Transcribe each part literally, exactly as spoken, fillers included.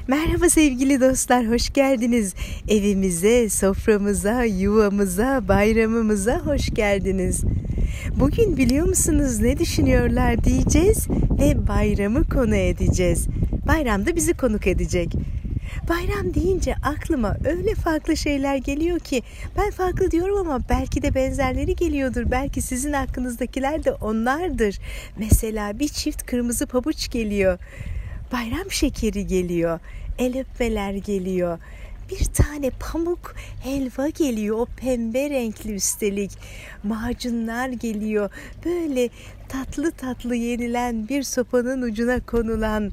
Merhaba sevgili dostlar, hoş geldiniz. Evimize, soframıza, yuvamıza, bayramımıza hoş geldiniz. Bugün biliyor musunuz ne düşünüyorlar diyeceğiz ve bayramı konu edeceğiz. Bayram da bizi konuk edecek. Bayram deyince aklıma öyle farklı şeyler geliyor ki ben farklı diyorum ama belki de benzerleri geliyordur. Belki sizin aklınızdakiler de onlardır. Mesela bir çift kırmızı pabuç geliyor. Bayram şekeri geliyor. El öpmeler geliyor. Bir tane pamuk helva geliyor. O pembe renkli üstelik. Macunlar geliyor. Böyle tatlı tatlı yenilen bir sopanın ucuna konulan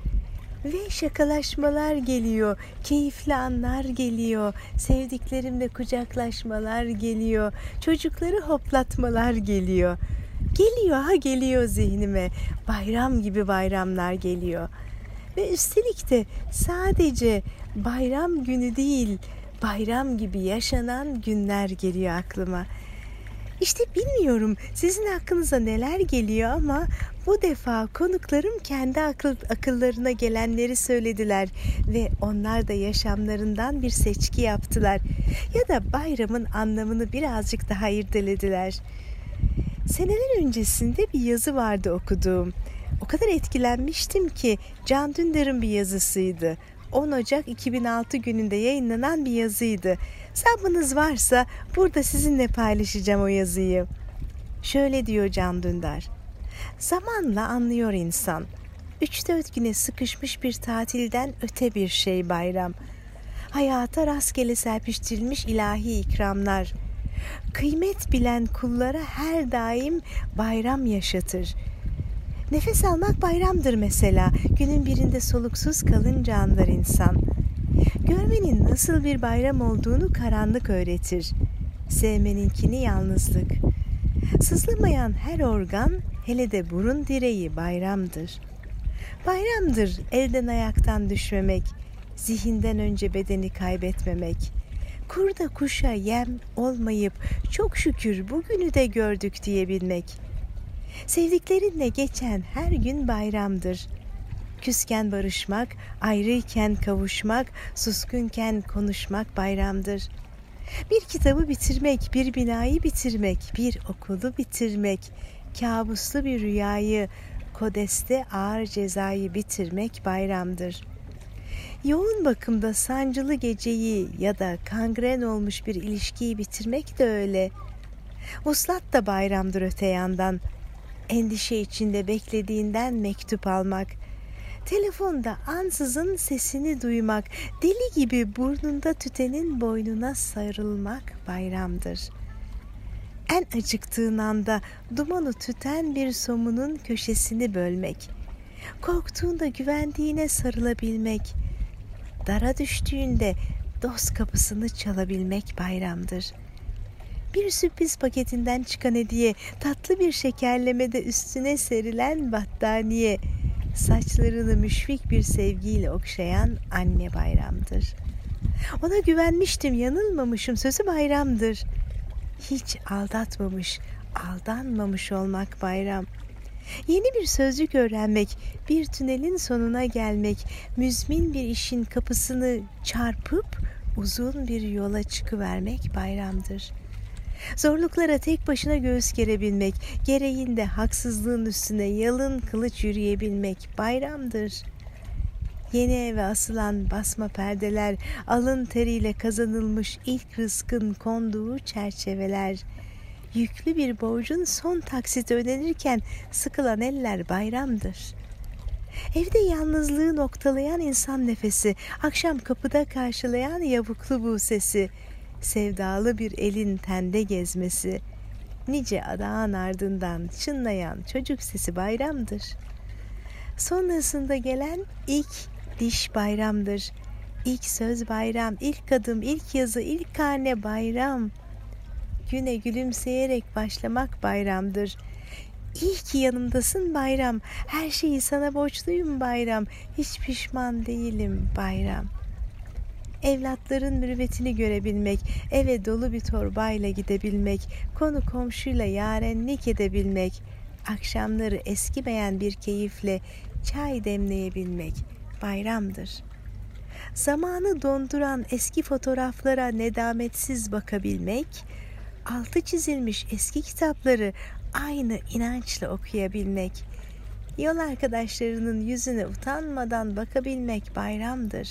ve şakalaşmalar geliyor, keyifli anlar geliyor, sevdiklerimle kucaklaşmalar geliyor, çocukları hoplatmalar geliyor. Geliyor ha geliyor zihnime, bayram gibi bayramlar geliyor. Ve üstelik de sadece bayram günü değil, bayram gibi yaşanan günler geliyor aklıma. İşte bilmiyorum sizin aklınıza neler geliyor ama bu defa konuklarım kendi akıl, akıllarına gelenleri söylediler ve onlar da yaşamlarından bir seçki yaptılar ya da bayramın anlamını birazcık daha irdelediler. Seneler öncesinde bir yazı vardı okuduğum. O kadar etkilenmiştim ki Can Dündar'ın bir yazısıydı. on Ocak iki bin altı gününde yayınlanan bir yazıydı. Zamanınız varsa burada sizinle paylaşacağım o yazıyı. Şöyle diyor Can Dündar. Zamanla anlıyor insan. Üç dört güne sıkışmış bir tatilden öte bir şey bayram. Hayata rastgele serpiştirilmiş ilahi ikramlar. Kıymet bilen kullara her daim bayram yaşatır. Nefes almak bayramdır mesela. Günün birinde soluksuz kalınca anlar insan. Görmenin nasıl bir bayram olduğunu karanlık öğretir. Sevmeninkini yalnızlık. Sızlamayan her organ, hele de burun direği bayramdır. Bayramdır elden ayaktan düşmemek, zihinden önce bedeni kaybetmemek. Kurda kuşa yem olmayıp çok şükür bugünü de gördük diyebilmek. Sevdiklerinle geçen her gün bayramdır. Küsken barışmak, ayrıyken kavuşmak, suskunken konuşmak bayramdır. Bir kitabı bitirmek, bir binayı bitirmek, bir okulu bitirmek, kabuslu bir rüyayı, kodeste ağır cezayı bitirmek bayramdır. Yoğun bakımda sancılı geceyi ya da kangren olmuş bir ilişkiyi bitirmek de öyle. Vuslat da bayramdır öte yandan. Endişe içinde beklediğinden mektup almak, telefonda ansızın sesini duymak, deli gibi burnunda tütenin boynuna sarılmak bayramdır. En acıktığın anda dumanı tüten bir somunun köşesini bölmek, korktuğunda güvendiğine sarılabilmek, dara düştüğünde dost kapısını çalabilmek bayramdır. Bir sürpriz paketinden çıkan hediye, tatlı bir şekerlemede üstüne serilen battaniye, saçlarını müşfik bir sevgiyle okşayan anne bayramdır. Ona güvenmiştim, yanılmamışım, sözü bayramdır. Hiç aldatmamış, aldanmamış olmak bayram. Yeni bir sözcük öğrenmek, bir tünelin sonuna gelmek, müzmin bir işin kapısını çarpıp uzun bir yola çıkıvermek bayramdır. Zorluklara tek başına göğüs gerebilmek, gereğinde haksızlığın üstüne yalın kılıç yürüyebilmek bayramdır. Yeni eve asılan basma perdeler, alın teriyle kazanılmış ilk rızkın konduğu çerçeveler, yüklü bir borcun son taksiti ödenirken sıkılan eller bayramdır. Evde yalnızlığı noktalayan insan nefesi, akşam kapıda karşılayan yavuklu bu sesi, sevdalı bir elin tende gezmesi, nice adağın ardından çınlayan çocuk sesi bayramdır. Sonrasında gelen ilk diş bayramdır. İlk söz bayram, ilk adım, ilk yazı, ilk karne bayram. Güne gülümseyerek başlamak bayramdır. İyi ki yanımdasın bayram, her şeyi sana borçluyum bayram, hiç pişman değilim bayram. Evlatların mürüvvetini görebilmek, eve dolu bir torbayla gidebilmek, konu komşuyla yarenlik edebilmek, akşamları eskimeyen bir keyifle çay demleyebilmek bayramdır. zamanı donduran eski fotoğraflara nedametsiz bakabilmek, altı çizilmiş eski kitapları aynı inançla okuyabilmek, yol arkadaşlarının yüzüne utanmadan bakabilmek bayramdır.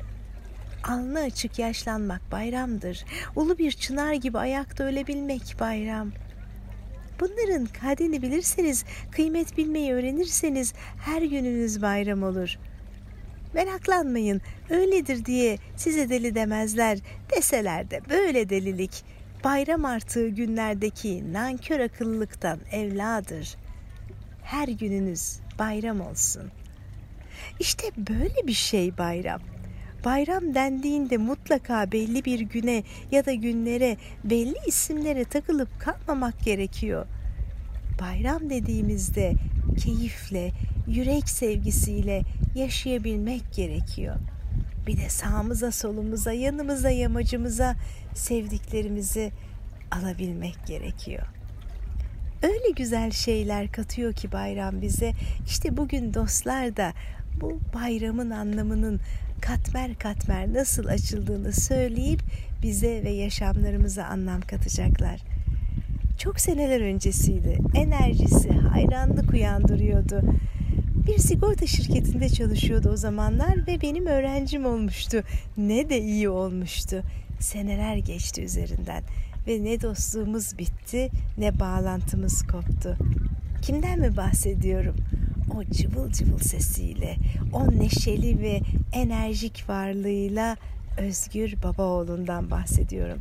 Alnı açık yaşlanmak bayramdır. Ulu bir çınar gibi ayakta ölebilmek bayram. Bunların kadrini bilirseniz, kıymet bilmeyi öğrenirseniz her gününüz bayram olur. Meraklanmayın, öyledir diye size deli demezler. Deseler de böyle delilik, bayram artığı günlerdeki nankör akıllılıktan evladır. Her gününüz bayram olsun. İşte böyle bir şey bayram. Bayram dendiğinde mutlaka belli bir güne ya da günlere, belli isimlere takılıp kalmamak gerekiyor. Bayram dediğimizde keyifle, yürek sevgisiyle yaşayabilmek gerekiyor. Bir de sağımıza, solumuza, yanımıza, yamacımıza sevdiklerimizi alabilmek gerekiyor. Öyle güzel şeyler katıyor ki bayram bize. İşte bugün dostlar da bu bayramın anlamının katmer katmer nasıl açıldığını söyleyip bize ve yaşamlarımıza anlam katacaklar. Çok seneler öncesiydi. Enerjisi, hayranlık uyandırıyordu. Bir sigorta şirketinde çalışıyordu o zamanlar ve benim öğrencim olmuştu. Ne de iyi olmuştu. Seneler geçti üzerinden ve ne dostluğumuz bitti ne bağlantımız koptu. Kimden mi bahsediyorum? O cıvıl cıvıl sesiyle, o neşeli ve enerjik varlığıyla Özgür Babaoğlu'ndan bahsediyorum.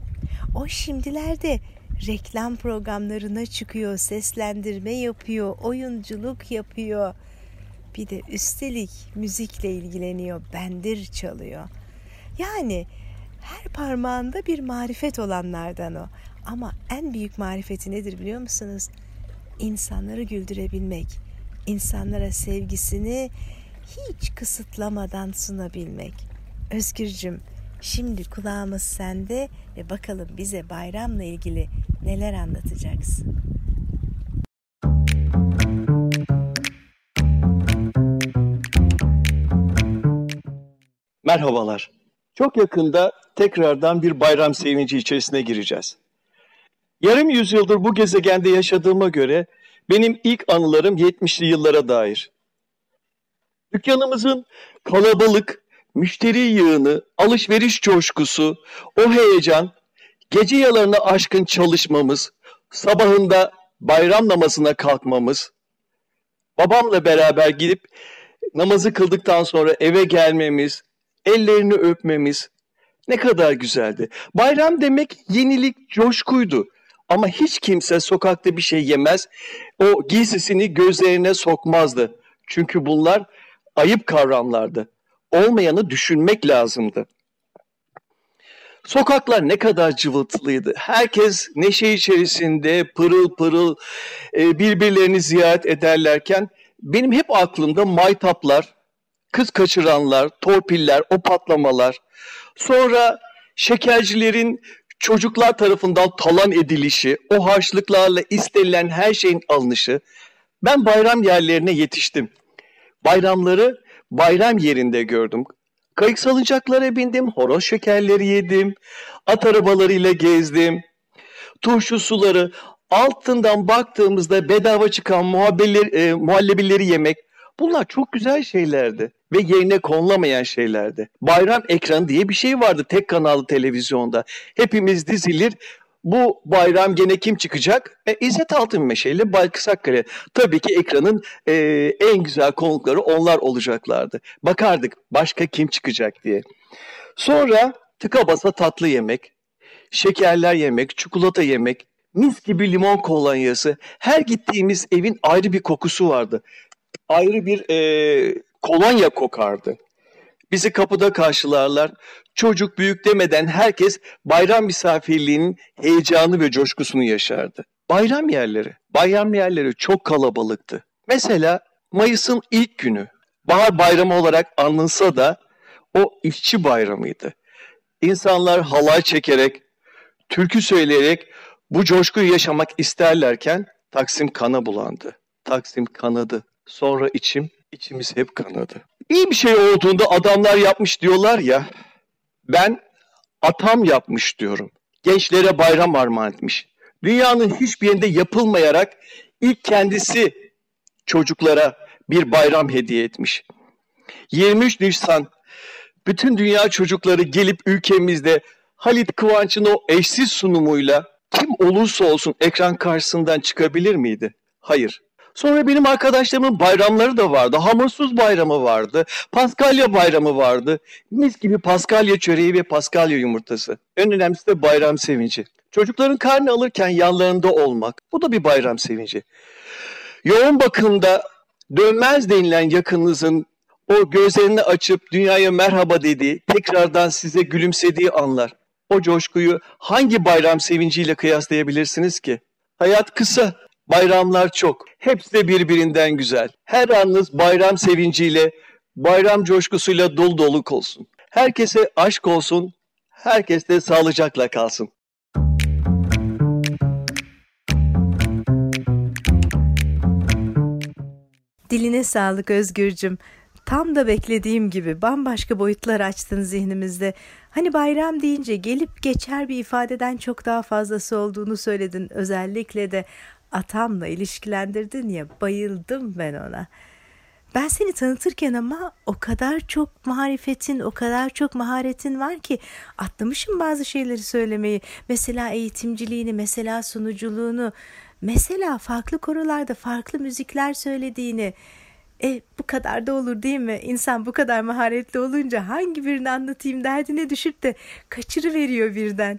O şimdilerde reklam programlarına çıkıyor, seslendirme yapıyor, oyunculuk yapıyor. Bir de üstelik müzikle ilgileniyor, bendir çalıyor. Yani her parmağında bir marifet olanlardan o. Ama en büyük marifeti nedir biliyor musunuz? İnsanları güldürebilmek, insanlara sevgisini hiç kısıtlamadan sunabilmek. Özgürcüm, şimdi kulağımız sende ve bakalım bize bayramla ilgili neler anlatacaksın? Merhabalar. Çok yakında tekrardan bir bayram sevinci içerisine gireceğiz. Yarım yüzyıldır bu gezegende yaşadığıma göre benim ilk anılarım yetmişli yıllara dair. Dükkanımızın kalabalık, müşteri yığını, alışveriş coşkusu, o heyecan, gece yalarına aşkın çalışmamız, sabahında bayram namazına kalkmamız, babamla beraber gidip namazı kıldıktan sonra eve gelmemiz, ellerini öpmemiz ne kadar güzeldi. Bayram demek yenilik, coşkuydu. Ama hiç kimse sokakta bir şey yemez, o giysisini gözlerine sokmazdı. Çünkü bunlar ayıp kavramlardı. Olmayanı düşünmek lazımdı. Sokaklar ne kadar cıvıltılıydı. Herkes neşe içerisinde pırıl pırıl birbirlerini ziyaret ederlerken benim hep aklımda maytaplar, kız kaçıranlar, torpiller, o patlamalar, sonra şekercilerin çocuklar tarafından talan edilişi, o harçlıklarla istenilen her şeyin alınışı. Ben bayram yerlerine yetiştim. Bayramları bayram yerinde gördüm. Kayık salıncaklara bindim, horoz şekerleri yedim, at arabalarıyla gezdim. Turşu suları, altından baktığımızda bedava çıkan muhabbeler, e, muhallebileri yemek. Bunlar çok güzel şeylerdi ve yerine konulamayan şeylerdi. Bayram ekranı diye bir şey vardı tek kanallı televizyonda. Hepimiz dizilir. Bu bayram gene kim çıkacak? E, İzzet Altınmeşe ile Baykıs Akkaya. Tabii ki ekranın e, en güzel konukları onlar olacaklardı. Bakardık başka kim çıkacak diye. Sonra tıka basa tatlı yemek, şekerler yemek, çikolata yemek, mis gibi limon kolonyası. Her gittiğimiz evin ayrı bir kokusu vardı. Ayrı bir e, kolonya kokardı. Bizi kapıda karşılarlar. Çocuk büyük demeden herkes bayram misafirliğinin heyecanı ve coşkusunu yaşardı. Bayram yerleri, bayram yerleri çok kalabalıktı. Mesela Mayıs'ın ilk günü, bahar bayramı olarak anılsa da o işçi bayramıydı. İnsanlar halay çekerek, türkü söyleyerek bu coşkuyu yaşamak isterlerken Taksim kana bulandı. Taksim kanadı. Sonra içim, içimiz hep kanadı. İyi bir şey olduğunda adamlar yapmış diyorlar ya, ben atam yapmış diyorum. Gençlere bayram armağan etmiş. Dünyanın hiçbir yerinde yapılmayarak ilk kendisi çocuklara bir bayram hediye etmiş. yirmi üç Nisan bütün dünya çocukları gelip ülkemizde Halit Kıvanç'ın o eşsiz sunumuyla kim olursa olsun ekran karşısından çıkabilir miydi? Hayır. Sonra benim arkadaşlarımın bayramları da vardı. Hamursuz bayramı vardı. Paskalya bayramı vardı. Mis gibi Paskalya çöreği ve Paskalya yumurtası. En önemlisi de bayram sevinci. Çocukların karnı alırken yanlarında olmak. Bu da bir bayram sevinci. Yoğun bakımda dönmez denilen yakınınızın o gözlerini açıp dünyaya merhaba dediği, tekrardan size gülümsediği anlar. O coşkuyu hangi bayram sevinciyle kıyaslayabilirsiniz ki? Hayat kısa, bayramlar çok. Hepsi de birbirinden güzel. Her anınız bayram sevinciyle, bayram coşkusuyla dolu dolu olsun. Herkese aşk olsun, herkes de sağlıcakla kalsın. Diline sağlık Özgürcüm. Tam da beklediğim gibi bambaşka boyutlar açtın zihnimizde. Hani bayram deyince gelip geçer bir ifadeden çok daha fazlası olduğunu söyledin. Özellikle de atamla ilişkilendirdin ya, bayıldım ben ona. Ben seni tanıtırken ama o kadar çok marifetin, o kadar çok maharetin var ki atlamışım bazı şeyleri söylemeyi. Mesela eğitimciliğini, mesela sunuculuğunu, mesela farklı korolarda farklı müzikler söylediğini. E bu kadar da olur değil mi? İnsan bu kadar maharetli olunca hangi birini anlatayım derdine düşüp de kaçırıveriyor birden.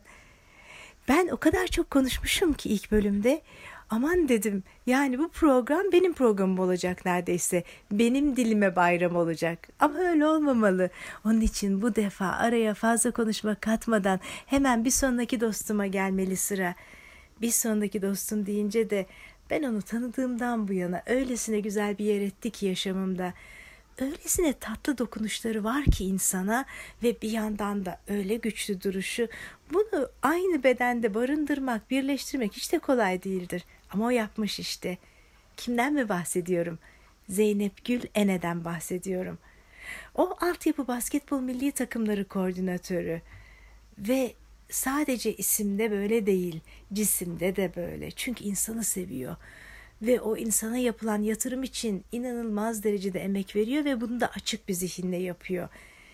Ben o kadar çok konuşmuşum ki ilk bölümde. Aman dedim, yani bu program benim programım olacak neredeyse. Benim dilime bayram olacak. Ama öyle olmamalı. Onun için bu defa araya fazla konuşma katmadan hemen bir sonraki dostuma gelmeli sıra. Bir sonraki dostum deyince de ben onu tanıdığımdan bu yana öylesine güzel bir yer etti ki yaşamımda. Öylesine tatlı dokunuşları var ki insana ve bir yandan da öyle güçlü duruşu. Bunu aynı bedende barındırmak, birleştirmek hiç de kolay değildir. Ama o yapmış işte. Kimden mi bahsediyorum? Zeynep Gül Ene'den bahsediyorum. O altyapı basketbol milli takımları koordinatörü ve sadece isimde böyle değil, cisimde de böyle. Çünkü insanı seviyor ve o insana yapılan yatırım için inanılmaz derecede emek veriyor ve bunu da açık bir zihinle yapıyor.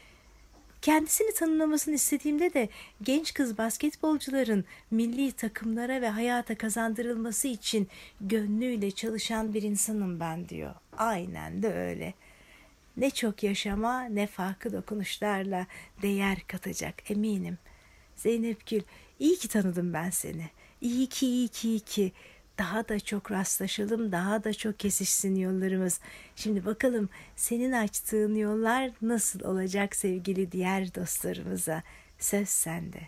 Kendisini tanımlamasını istediğimde de genç kız basketbolcuların milli takımlara ve hayata kazandırılması için gönlüyle çalışan bir insanım ben diyor. Aynen de öyle. Ne çok yaşama ne farklı dokunuşlarla değer katacak eminim. Zeynep Gül, iyi ki tanıdım ben seni. İyi ki, iyi ki, iyi ki. Daha da çok rastlaşalım, daha da çok kesişsin yollarımız. Şimdi bakalım senin açtığın yollar nasıl olacak sevgili diğer dostlarımıza. Söz sende.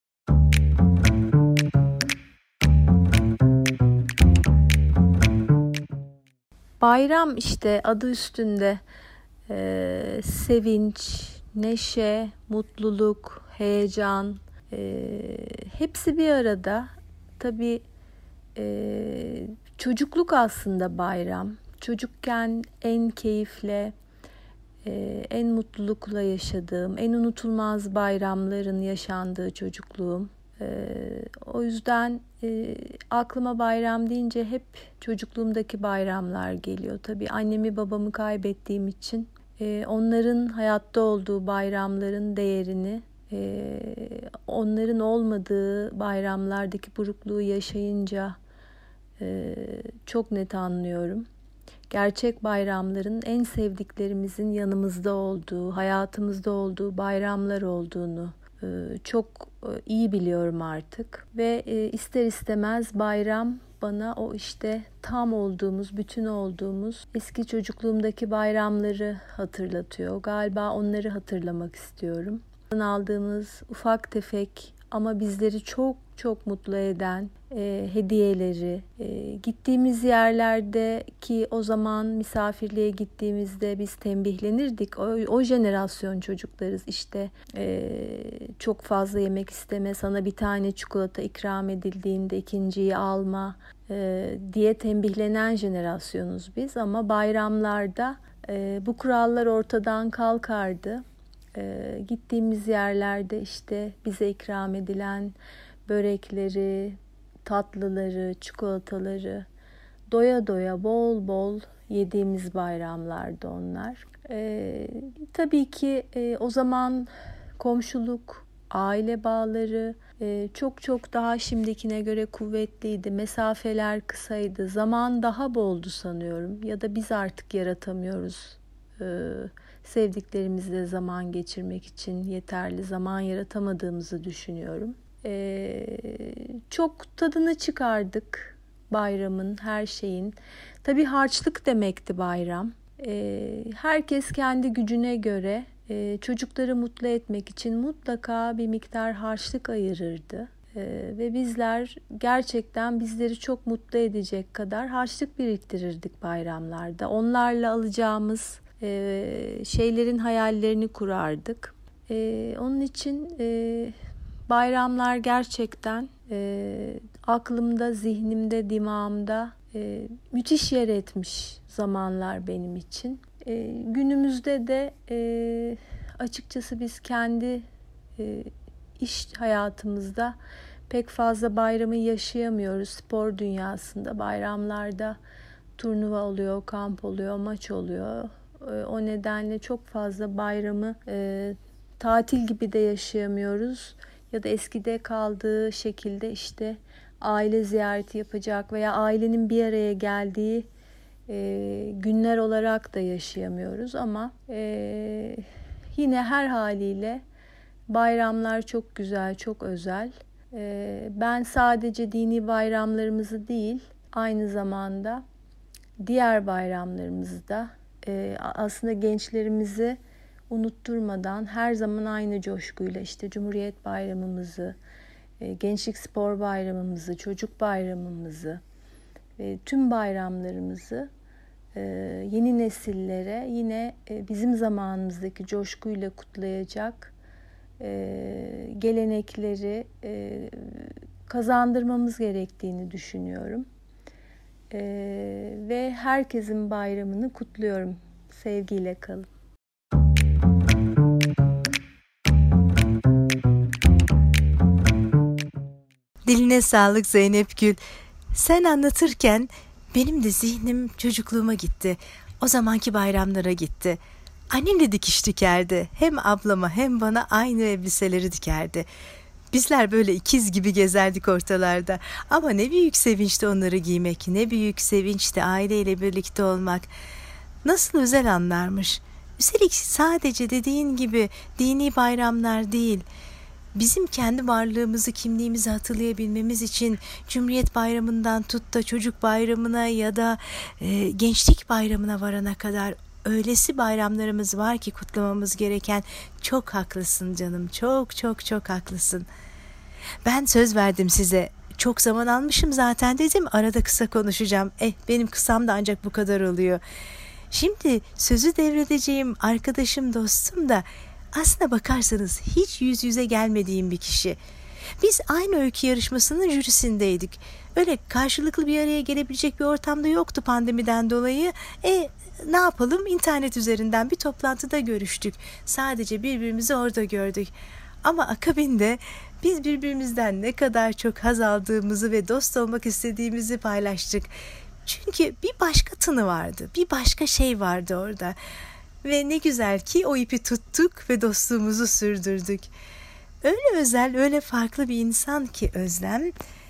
Bayram işte adı üstünde. Ee, sevinç, neşe, mutluluk, heyecan, ee, hepsi bir arada. Tabii Ee, çocukluk aslında bayram. Çocukken en keyifle, e, en mutlulukla yaşadığım, en unutulmaz bayramların yaşandığı çocukluğum. Ee, o yüzden e, aklıma bayram deyince hep çocukluğumdaki bayramlar geliyor. Tabii annemi babamı kaybettiğim için e, onların hayatta olduğu bayramların değerini, e, onların olmadığı bayramlardaki burukluğu yaşayınca Ee, çok net anlıyorum. Gerçek bayramların en sevdiklerimizin yanımızda olduğu, hayatımızda olduğu bayramlar olduğunu e, çok e, iyi biliyorum artık. Ve e, ister istemez bayram bana o işte tam olduğumuz, bütün olduğumuz eski çocukluğumdaki bayramları hatırlatıyor. Galiba onları hatırlamak istiyorum. Aldığımız ufak tefek ama bizleri çok çok mutlu eden e, hediyeleri, e, gittiğimiz yerlerde ki o zaman misafirliğe gittiğimizde biz tembihlenirdik. O, o jenerasyon çocuklarız işte, e, çok fazla yemek isteme, sana bir tane çikolata ikram edildiğinde ikinciyi alma e, diye tembihlenen jenerasyonuz biz. Ama bayramlarda e, bu kurallar ortadan kalkardı. E, gittiğimiz yerlerde işte bize ikram edilen börekleri, tatlıları, çikolataları doya doya bol bol yediğimiz bayramlardı onlar. Ee, tabii ki e, o zaman komşuluk, aile bağları e, çok çok daha şimdikine göre kuvvetliydi. Mesafeler kısaydı. Zaman daha boldu sanıyorum. Ya da biz artık yaratamıyoruz. Ee, sevdiklerimizle zaman geçirmek için yeterli zaman yaratamadığımızı düşünüyorum. Ee, çok tadını çıkardık bayramın, her şeyin. Tabii harçlık demekti bayram. Ee, herkes kendi gücüne göre e, çocukları mutlu etmek için mutlaka bir miktar harçlık ayırırdı. Ee, ve bizler gerçekten bizleri çok mutlu edecek kadar harçlık biriktirirdik bayramlarda. Onlarla alacağımız e, şeylerin hayallerini kurardık. E, onun için E, bayramlar gerçekten e, aklımda, zihnimde, dimağımda e, müthiş yer etmiş zamanlar benim için. E, günümüzde de e, açıkçası biz kendi e, iş hayatımızda pek fazla bayramı yaşayamıyoruz. Spor dünyasında bayramlarda turnuva oluyor, kamp oluyor, maç oluyor. E, o nedenle çok fazla bayramı e, tatil gibi de yaşayamıyoruz. Ya da eskide kaldığı şekilde işte aile ziyareti yapacak veya ailenin bir araya geldiği e, günler olarak da yaşayamıyoruz. Ama e, yine her haliyle bayramlar çok güzel, çok özel. E, ben sadece dini bayramlarımızı değil, aynı zamanda diğer bayramlarımızı da e, aslında gençlerimizi unutturmadan her zaman aynı coşkuyla işte Cumhuriyet Bayramımızı, Gençlik Spor Bayramımızı, Çocuk Bayramımızı, tüm bayramlarımızı yeni nesillere yine bizim zamanımızdaki coşkuyla kutlayacak gelenekleri kazandırmamız gerektiğini düşünüyorum. Ve herkesin bayramını kutluyorum. Sevgiyle kalın. Diline sağlık Zeynep Gül. Sen anlatırken benim de zihnim çocukluğuma gitti. O zamanki bayramlara gitti. Annem de dikiş dikerdi. Hem ablama hem bana aynı elbiseleri dikerdi. Bizler böyle ikiz gibi gezerdik ortalarda. Ama ne büyük sevinçti onları giymek. Ne büyük sevinçti aileyle birlikte olmak. Nasıl özel anlarmış. Üstelik sadece dediğin gibi dini bayramlar değil, bizim kendi varlığımızı, kimliğimizi hatırlayabilmemiz için Cumhuriyet Bayramı'ndan tut da Çocuk Bayramı'na ya da e, Gençlik Bayramı'na varana kadar öylesi bayramlarımız var ki kutlamamız gereken. Çok haklısın canım, çok çok çok haklısın. Ben söz verdim size. Çok zaman almışım zaten dedim. Arada kısa konuşacağım. Eh benim kısam da ancak bu kadar oluyor. Şimdi sözü devredeceğim arkadaşım, dostum da aslına bakarsanız hiç yüz yüze gelmediğim bir kişi. Biz aynı öykü yarışmasının jürisindeydik. Öyle karşılıklı bir araya gelebilecek bir ortamda yoktu pandemiden dolayı. E ne yapalım? İnternet üzerinden bir toplantıda görüştük. Sadece birbirimizi orada gördük. Ama akabinde biz birbirimizden ne kadar çok haz aldığımızı ve dost olmak istediğimizi paylaştık. Çünkü bir başka tını vardı, bir başka şey vardı orada. Ve ne güzel ki o ipi tuttuk ve dostluğumuzu sürdürdük. Öyle özel, öyle farklı bir insan ki Özlem,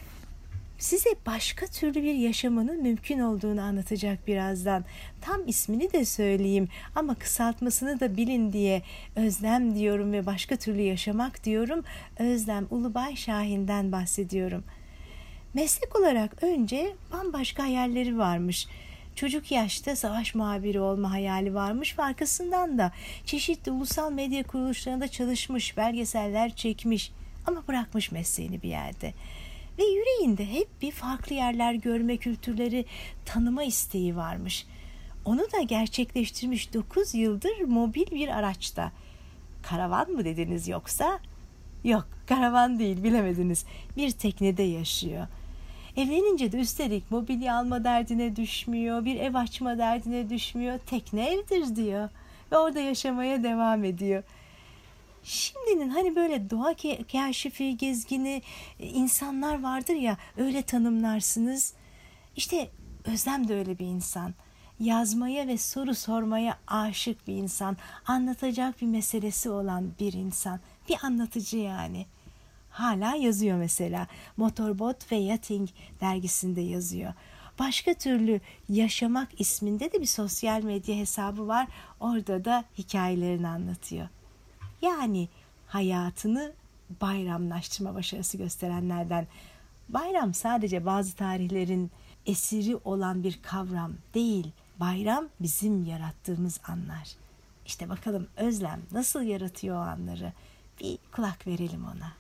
size başka türlü bir yaşamanın mümkün olduğunu anlatacak birazdan. Tam ismini de söyleyeyim ama kısaltmasını da bilin diye Özlem diyorum ve başka türlü yaşamak diyorum. Özlem Ulubay Şahin'den bahsediyorum. Meslek olarak önce bambaşka hayalleri varmış. Çocuk yaşta savaş muhabiri olma hayali varmış ve arkasından da çeşitli ulusal medya kuruluşlarında çalışmış, belgeseller çekmiş. ama bırakmış mesleğini bir yerde. Ve yüreğinde hep bir farklı yerler görme, kültürleri tanıma isteği varmış. Onu da gerçekleştirmiş dokuz yıldır mobil bir araçta. Karavan mı dediniz yoksa? Yok, karavan değil, bilemediniz. Bir teknede yaşıyor. Evlenince de üstelik mobilya alma derdine düşmüyor, bir ev açma derdine düşmüyor. Tekne evdir diyor ve orada yaşamaya devam ediyor. Şimdinin hani böyle doğa keşifi, gezgini insanlar vardır ya, öyle tanımlarsınız. İşte Özlem de öyle bir insan. Yazmaya ve soru sormaya aşık bir insan. Anlatacak bir meselesi olan bir insan. Bir anlatıcı yani. Hala yazıyor mesela. Motorbot ve Yachting dergisinde yazıyor. Başka türlü Yaşamak isminde de bir sosyal medya hesabı var. Orada da hikayelerini anlatıyor. Yani hayatını bayramlaştırma başarısı gösterenlerden. Bayram sadece bazı tarihlerin esiri olan bir kavram değil. Bayram bizim yarattığımız anlar. İşte bakalım Özlem nasıl yaratıyor o anları? Bir kulak verelim ona.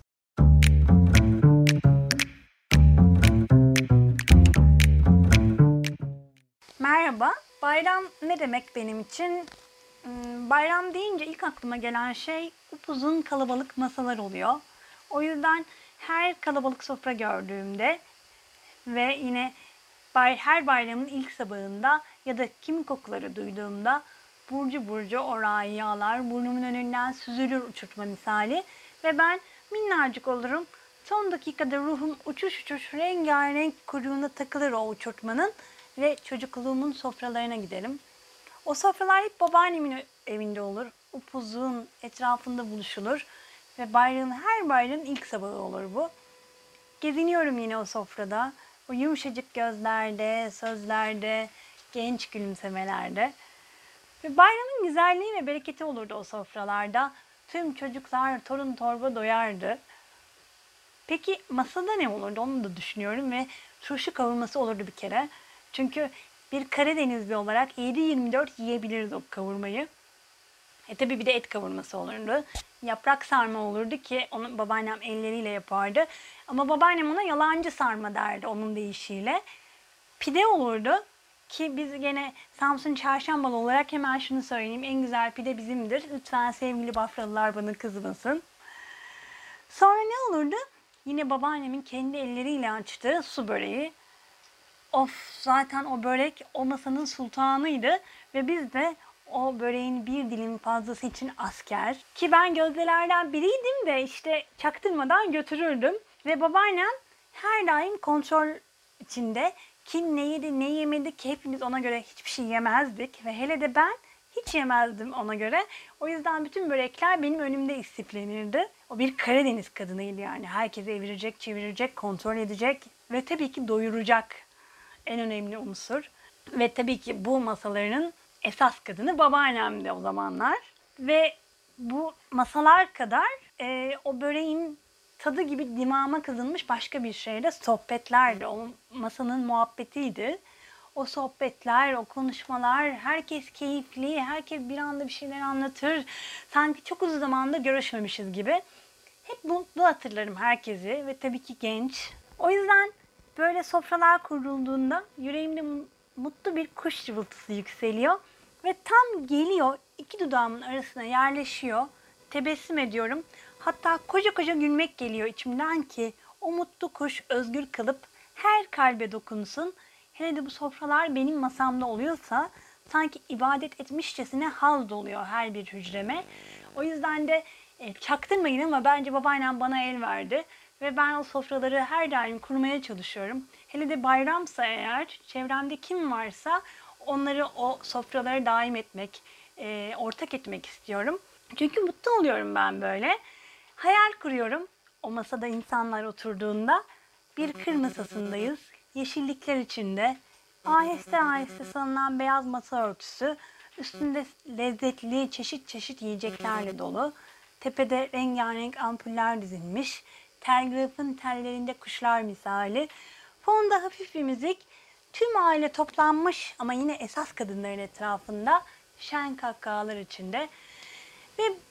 Merhaba, bayram ne demek benim için? Bayram deyince ilk aklıma gelen şey upuzun kalabalık masalar oluyor. O yüzden her kalabalık sofra gördüğümde ve yine her bayramın ilk sabahında ya da kim kokuları duyduğumda burcu burcu o raiyalar burnumun önünden süzülür uçurtma misali ve ben minnacık olurum. Son dakikada ruhum uçuş uçuş rengarenk kuyruğuna takılır o uçurtmanın ve çocukluğumun sofralarına giderim. O sofralar hep babaannemin evinde olur. Upuzun etrafında buluşulur ve bayramın her bayramın ilk sabahı olur bu. Geziniyorum yine o sofrada. O yumuşacık gözlerde, sözlerde, genç gülümsemelerde. Ve bayramın güzelliği ve bereketi olurdu o sofralarda. Tüm çocuklar torun torba doyardı. Peki masada ne olurdu onu da düşünüyorum ve turşu kavurması olurdu bir kere. Çünkü bir Karadenizli olarak yedi yirmi dört yiyebiliriz o kavurmayı. E tabi bir de et kavurması olurdu. Yaprak sarma olurdu ki onu babaannem elleriyle yapardı. Ama babaannem ona yalancı sarma derdi onun deyişiyle. Pide olurdu ki biz gene Samsun Çarşambalı olarak hemen şunu söyleyeyim. En güzel pide bizimdir. Lütfen sevgili Bafralılar bana kızmasın. Sonra ne olurdu? Yine babaannemin kendi elleriyle açtığı su böreği. Of, zaten o börek o masanın sultanıydı ve biz de o böreğin bir dilim fazlası için asker. Ki ben gözdelerden biriydim de işte çaktırmadan götürürdüm. Ve babaannem her daim kontrol içinde. Kim ne yedi ne yemedi ki hepimiz ona göre hiçbir şey yemezdik. Ve hele de ben hiç yemezdim ona göre. O yüzden bütün börekler benim önümde istiflenirdi. O bir Karadeniz kadınıydı yani. Herkesi evirecek, çevirecek, kontrol edecek ve tabii ki doyuracak. En önemli unsur. Ve tabii ki bu masalarının esas kadını babaannemdi o zamanlar. Ve bu masalar kadar e, o böreğin tadı gibi dimağıma kazınmış başka bir şeyle sohbetlerdi. O masanın muhabbetiydi. O sohbetler, o konuşmalar, herkes keyifli, herkes bir anda bir şeyler anlatır. Sanki çok uzun zamanda görüşmemişiz gibi. Hep mutlu hatırlarım herkesi ve tabii ki genç. O yüzden böyle sofralar kurulduğunda yüreğimde mutlu bir kuş cıvıltısı yükseliyor. Ve tam geliyor, iki dudağımın arasına yerleşiyor. Tebessüm ediyorum. Hatta koca koca gülmek geliyor içimden ki o mutlu kuş özgür kalıp her kalbe dokunsun. Hele de bu sofralar benim masamda oluyorsa sanki ibadet etmişçesine haz doluyor her bir hücreme. O yüzden de e, çaktırmayın ama bence babaannem bana el verdi. Ve ben o sofraları her daim kurmaya çalışıyorum. Hele de bayramsa eğer, çevremde kim varsa onları o sofralara daim etmek, e, ortak etmek istiyorum. Çünkü mutlu oluyorum ben böyle. Hayal kuruyorum. O masada insanlar oturduğunda bir kır masasındayız. Yeşillikler içinde. Aheste aheste salınan beyaz masa örtüsü. Üstünde lezzetli çeşit çeşit yiyeceklerle dolu. Tepede rengarenk ampuller dizilmiş. Telgrafın tellerinde kuşlar misali. Fonda hafif bir müzik. Tüm aile toplanmış ama yine esas kadınların etrafında şen kahkahalar içinde. Ve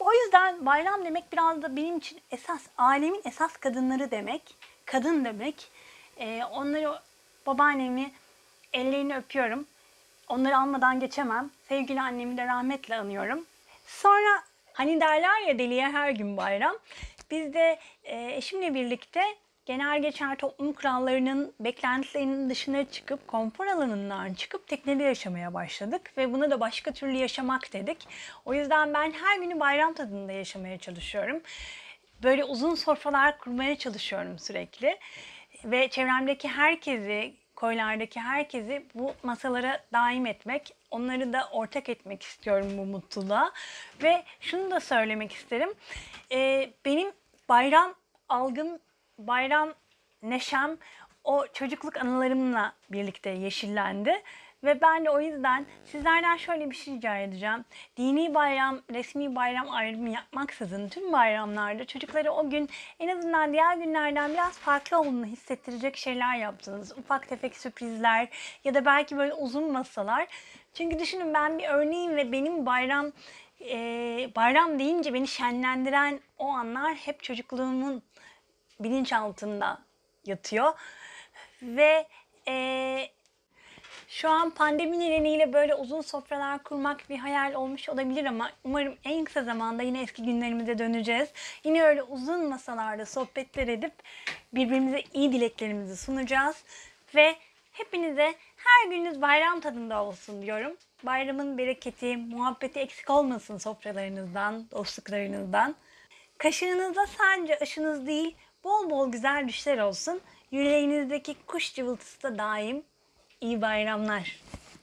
O yüzden bayram demek biraz da benim için esas, ailemin esas kadınları demek. Kadın demek. Ee, onları, babaannemi ellerini öpüyorum. Onları almadan geçemem. Sevgili annemi de rahmetle anıyorum. Sonra hani derler ya, deliye her gün bayram. Biz de e, eşimle birlikte genel geçer toplum kurallarının beklentilerinin dışına çıkıp, konfor alanından çıkıp teknede yaşamaya başladık. Ve buna da başka türlü yaşamak dedik. O yüzden ben her günü bayram tadında yaşamaya çalışıyorum. Böyle uzun sofralar kurmaya çalışıyorum sürekli. Ve çevremdeki herkesi, koylardaki herkesi bu masalara daim etmek, onları da ortak etmek istiyorum bu mutluluğa. Ve şunu da söylemek isterim. Ee, benim bayram algım, bayram neşem o çocukluk anılarımla birlikte yeşillendi. Ve ben de o yüzden sizlerden şöyle bir şey rica edeceğim. Dini bayram, resmi bayram ayrımı yapmaksızın tüm bayramlarda çocuklara o gün en azından diğer günlerden biraz farklı olduğunu hissettirecek şeyler yaptınız. Ufak tefek sürprizler ya da belki böyle uzun masalar. Çünkü düşünün, ben bir örneğim ve benim bayram e, bayram deyince beni şenlendiren o anlar hep çocukluğumun bilinçaltında yatıyor. Ve e, şu an pandemi nedeniyle böyle uzun sofralar kurmak bir hayal olmuş olabilir ama umarım en kısa zamanda yine eski günlerimize döneceğiz. Yine öyle uzun masalarda sohbetler edip birbirimize iyi dileklerimizi sunacağız. Ve hepinize her gününüz bayram tadında olsun diyorum. Bayramın bereketi, muhabbeti eksik olmasın sofralarınızdan, dostluklarınızdan. Kaşığınızda sadece aşınız değil, bol bol güzel düşler olsun. Yüreğinizdeki kuş cıvıltısı da daim. İyi bayramlar.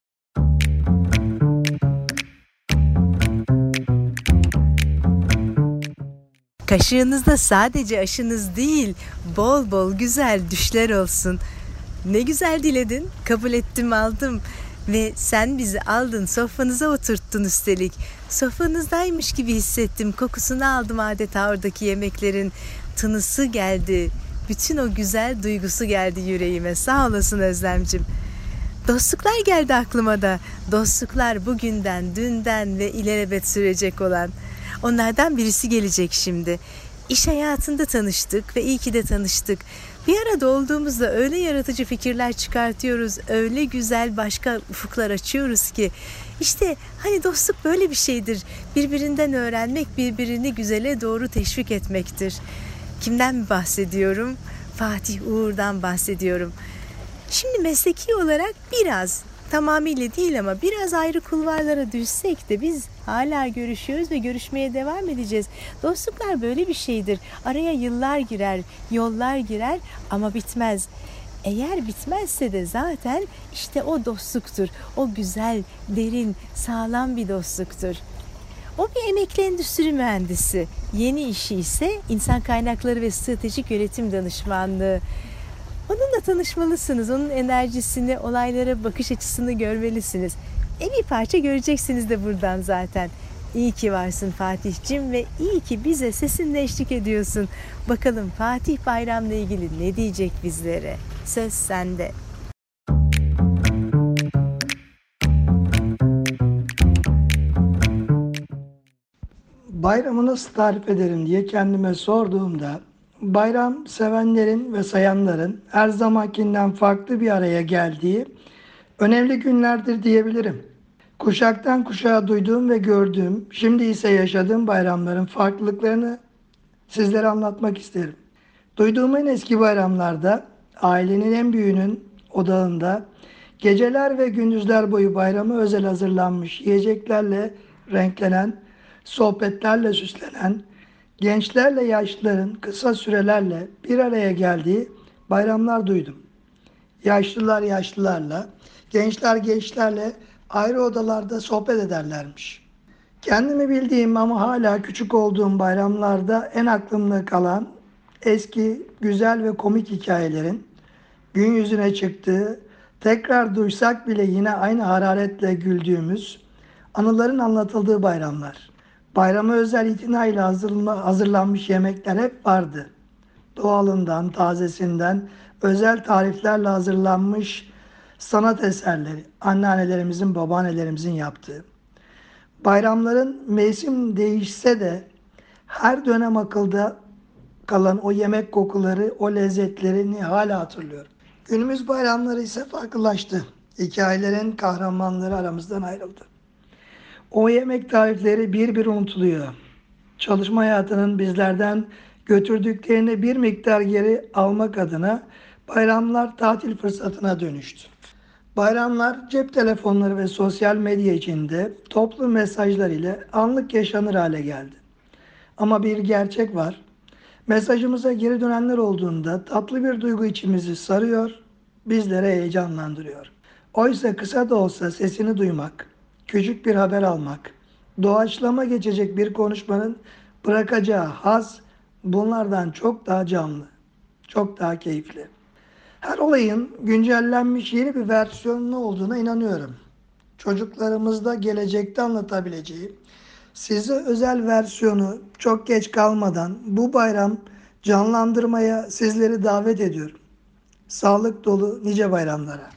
Kaşığınızda sadece aşınız değil, bol bol güzel düşler olsun. Ne güzel diledin, kabul ettim, aldım. Ve sen bizi aldın, sofranıza oturttun üstelik. Sofranızdaymış gibi hissettim, kokusunu aldım adeta oradaki yemeklerin. Tınısı geldi, bütün o güzel duygusu geldi yüreğime. Sağ olasın Özlemcim. Dostluklar geldi aklıma da. Dostluklar bugünden, dünden ve ilelebet sürecek olan. Onlardan birisi gelecek şimdi. İş hayatında tanıştık ve iyi ki de tanıştık. Bir arada olduğumuzda öyle yaratıcı fikirler çıkartıyoruz, öyle güzel başka ufuklar açıyoruz ki. İşte hani dostluk böyle bir şeydir. Birbirinden öğrenmek, birbirini güzele doğru teşvik etmektir. Kimden mi bahsediyorum? Fatih Uğur'dan bahsediyorum. Şimdi mesleki olarak biraz, tamamıyla değil ama biraz ayrı kulvarlara düşsek de biz hala görüşüyoruz ve görüşmeye devam edeceğiz. Dostluklar böyle bir şeydir. Araya yıllar girer, yollar girer ama bitmez. Eğer bitmezse de zaten işte o dostluktur. O güzel, derin, sağlam bir dostluktur. O bir emekli endüstri mühendisi. Yeni işi ise insan kaynakları ve stratejik yönetim danışmanlığı. Onunla tanışmalısınız. Onun enerjisini, olaylara bakış açısını görmelisiniz. E bir parça göreceksiniz de buradan zaten. İyi ki varsın Fatih'cim ve iyi ki bize sesinle eşlik ediyorsun. Bakalım Fatih Bayram'la ilgili ne diyecek bizlere? Söz sende. Bayramı nasıl tarif ederim diye kendime sorduğumda bayram sevenlerin ve sayanların her zamankinden farklı bir araya geldiği önemli günlerdir diyebilirim. Kuşaktan kuşağa duyduğum ve gördüğüm, şimdi ise yaşadığım bayramların farklılıklarını sizlere anlatmak isterim. Duyduğum en eski bayramlarda ailenin en büyüğünün odağında geceler ve gündüzler boyu bayrama özel hazırlanmış yiyeceklerle renklenen, sohbetlerle süslenen, gençlerle yaşlıların kısa sürelerle bir araya geldiği bayramlar duydum. Yaşlılar yaşlılarla, gençler gençlerle ayrı odalarda sohbet ederlermiş. Kendimi bildiğim ama hala küçük olduğum bayramlarda en aklımda kalan eski, güzel ve komik hikayelerin gün yüzüne çıktığı, tekrar duysak bile yine aynı hararetle güldüğümüz anıların anlatıldığı bayramlar. Bayrama özel itinayla hazırlanmış yemekler hep vardı. Doğalından, tazesinden, özel tariflerle hazırlanmış sanat eserleri, anneannelerimizin, babaannelerimizin yaptığı. Bayramların mevsim değişse de Her dönem akılda kalan o yemek kokuları, o lezzetlerini hala hatırlıyorum. Günümüz bayramları ise farklılaştı. Hikayelerin kahramanları aramızdan ayrıldı. O yemek tarifleri bir bir unutuluyor. Çalışma hayatının bizlerden götürdüklerini bir miktar geri almak adına bayramlar tatil fırsatına dönüştü. Bayramlar cep telefonları ve sosyal medya içinde toplu mesajlar ile anlık yaşanır hale geldi. Ama bir gerçek var. Mesajımıza geri dönenler olduğunda tatlı bir duygu içimizi sarıyor, bizlere heyecanlandırıyor. Oysa kısa da olsa sesini duymak, küçük bir haber almak, doğaçlama geçecek bir konuşmanın bırakacağı haz bunlardan çok daha canlı, çok daha keyifli. Her olayın güncellenmiş yeni bir versiyonu olduğuna inanıyorum. Çocuklarımızda gelecekte anlatabileceği size özel versiyonu çok geç kalmadan bu bayram canlandırmaya sizleri davet ediyorum. Sağlık dolu nice bayramlara.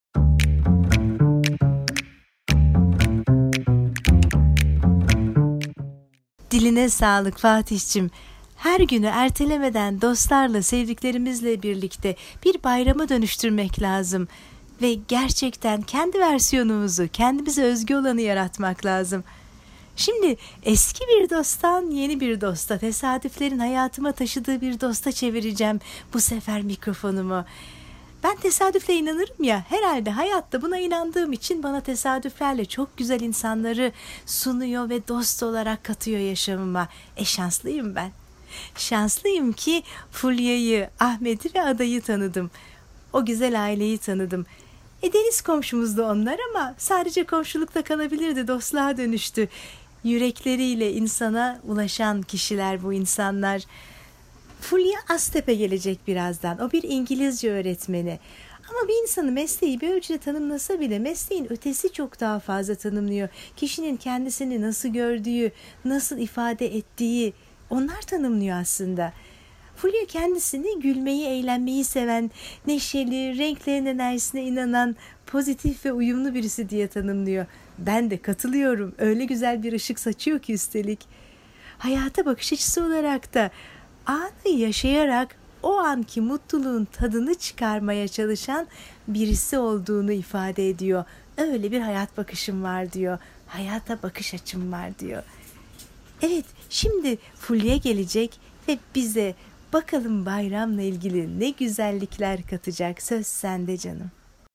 Diline sağlık Fatih'cim. Her günü ertelemeden dostlarla, sevdiklerimizle birlikte bir bayrama dönüştürmek lazım. Ve gerçekten kendi versiyonumuzu, kendimize özgü olanı yaratmak lazım. Şimdi eski bir dosttan yeni bir dosta, tesadüflerin hayatıma taşıdığı bir dosta çevireceğim bu sefer mikrofonumu. Ben tesadüfle inanırım ya, herhalde hayatta buna inandığım için bana tesadüflerle çok güzel insanları sunuyor ve dost olarak katıyor yaşamıma. E şanslıyım ben. Şanslıyım ki Fulya'yı, Ahmet'i ve Ada'yı tanıdım. O güzel aileyi tanıdım. E deniz komşumuzdu onlar ama sadece komşulukta kalabilirdi, dostluğa dönüştü. Yürekleriyle insana ulaşan kişiler bu insanlar. Fulya Aztepe gelecek birazdan. O bir İngilizce öğretmeni. Ama bir insanı mesleği bir ölçüde tanımlasa bile mesleğin ötesi çok daha fazla tanımlıyor. Kişinin kendisini nasıl gördüğü, nasıl ifade ettiği onlar tanımlıyor aslında. Fulya kendisini gülmeyi, eğlenmeyi seven, neşeli, renklerin enerjisine inanan, pozitif ve uyumlu birisi diye tanımlıyor. Ben de katılıyorum. Öyle güzel bir ışık saçıyor ki üstelik. Hayata bakış açısı olarak da anı yaşayarak o anki mutluluğun tadını çıkarmaya çalışan birisi olduğunu ifade ediyor. Öyle bir hayat bakışım var diyor. Hayata bakış açım var diyor. Evet, şimdi Fulya gelecek ve bize bakalım bayramla ilgili ne güzellikler katacak. Söz sende canım.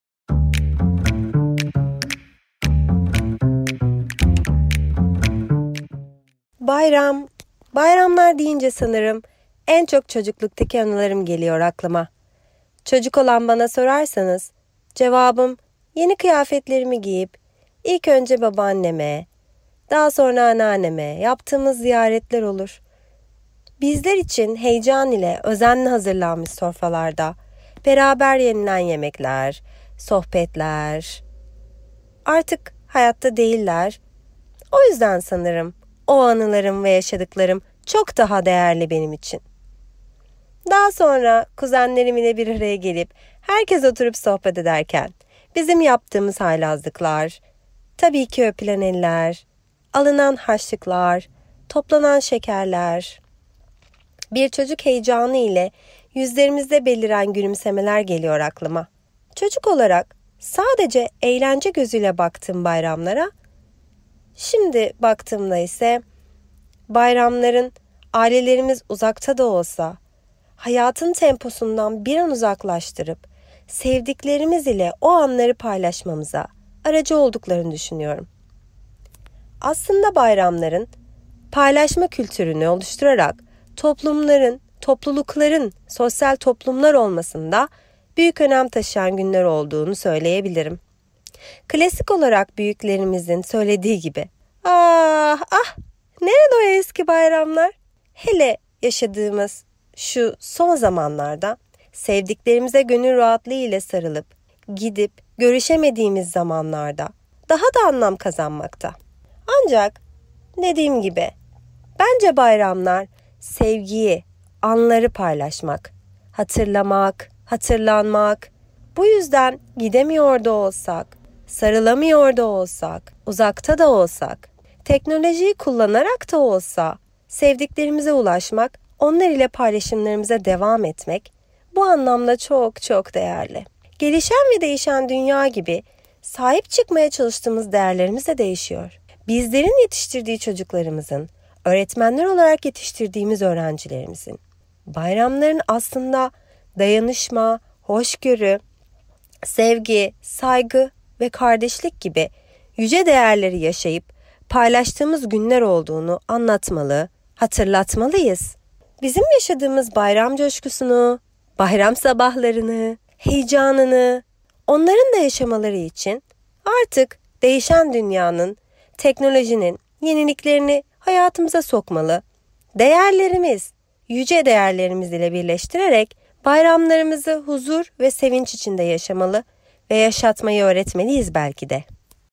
Bayram, bayramlar deyince sanırım en çok çocukluktaki anılarım geliyor aklıma. Çocuk olan bana sorarsanız cevabım yeni kıyafetlerimi giyip ilk önce babaanneme, daha sonra anneanneme yaptığımız ziyaretler olur. Bizler için heyecan ile özenle hazırlanmış sofralarda beraber yenilen yemekler, sohbetler artık hayatta değiller. O yüzden sanırım o anılarım ve yaşadıklarım çok daha değerli benim için. Daha sonra kuzenlerim ile bir araya gelip herkes oturup sohbet ederken bizim yaptığımız haylazlıklar, tabii ki öpülen eller, alınan harçlıklar, toplanan şekerler, bir çocuk heyecanı ile yüzlerimizde beliren gülümsemeler geliyor aklıma. Çocuk olarak sadece eğlence gözüyle baktığım bayramlara, şimdi baktığımda ise bayramların ailelerimiz uzakta da olsa hayatın temposundan bir an uzaklaştırıp sevdiklerimiz ile o anları paylaşmamıza aracı olduklarını düşünüyorum. Aslında bayramların paylaşma kültürünü oluşturarak toplumların, toplulukların sosyal toplumlar olmasında büyük önem taşıyan günler olduğunu söyleyebilirim. Klasik olarak büyüklerimizin söylediği gibi, ah ah nerede o eski bayramlar? Hele yaşadığımız şu son zamanlarda sevdiklerimize gönül rahatlığı ile sarılıp gidip görüşemediğimiz zamanlarda daha da anlam kazanmakta. Ancak dediğim gibi bence bayramlar sevgiyi, anları paylaşmak, hatırlamak, hatırlanmak. Bu yüzden gidemiyor da olsak, sarılamıyor da olsak, uzakta da olsak, teknolojiyi kullanarak da olsa sevdiklerimize ulaşmak, onlar ile paylaşımlarımıza devam etmek bu anlamda çok çok değerli. Gelişen ve değişen dünya gibi sahip çıkmaya çalıştığımız değerlerimiz de değişiyor. Bizlerin yetiştirdiği çocuklarımızın, öğretmenler olarak yetiştirdiğimiz öğrencilerimizin, bayramların aslında dayanışma, hoşgörü, sevgi, saygı ve kardeşlik gibi yüce değerleri yaşayıp paylaştığımız günler olduğunu anlatmalı, hatırlatmalıyız. Bizim yaşadığımız bayram coşkusunu, bayram sabahlarını, heyecanını onların da yaşamaları için artık değişen dünyanın, teknolojinin yeniliklerini hayatımıza sokmalı, değerlerimiz, yüce değerlerimiz ile birleştirerek bayramlarımızı huzur ve sevinç içinde yaşamalı ve yaşatmayı öğretmeliyiz belki de.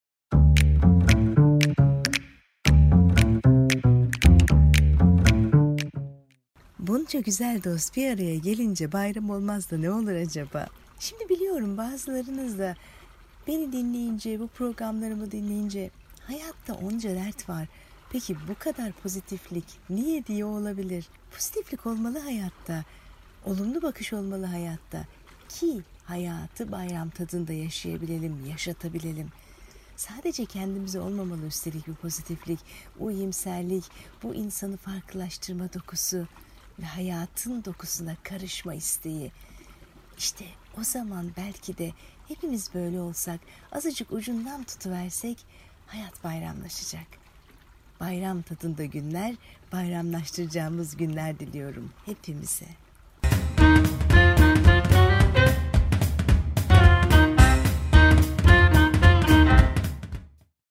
Bunca güzel dost bir araya gelince bayram olmaz da ne olur acaba? Şimdi biliyorum bazılarınız da beni dinleyince, bu programlarımı dinleyince hayatta onca dert var. Peki bu kadar pozitiflik niye diye olabilir? Pozitiflik olmalı hayatta. Olumlu bakış olmalı hayatta. Ki hayatı bayram tadında yaşayabilelim, yaşatabilelim. Sadece kendimize olmamalı üstelik bu pozitiflik, bu iyimserlik, bu insanı farklılaştırma dokusu ve hayatın dokusuna karışma isteği. İşte o zaman belki de hepimiz böyle olsak, azıcık ucundan tutuversek hayat bayramlaşacak. Bayram tadında günler, bayramlaştıracağımız günler diliyorum hepimize.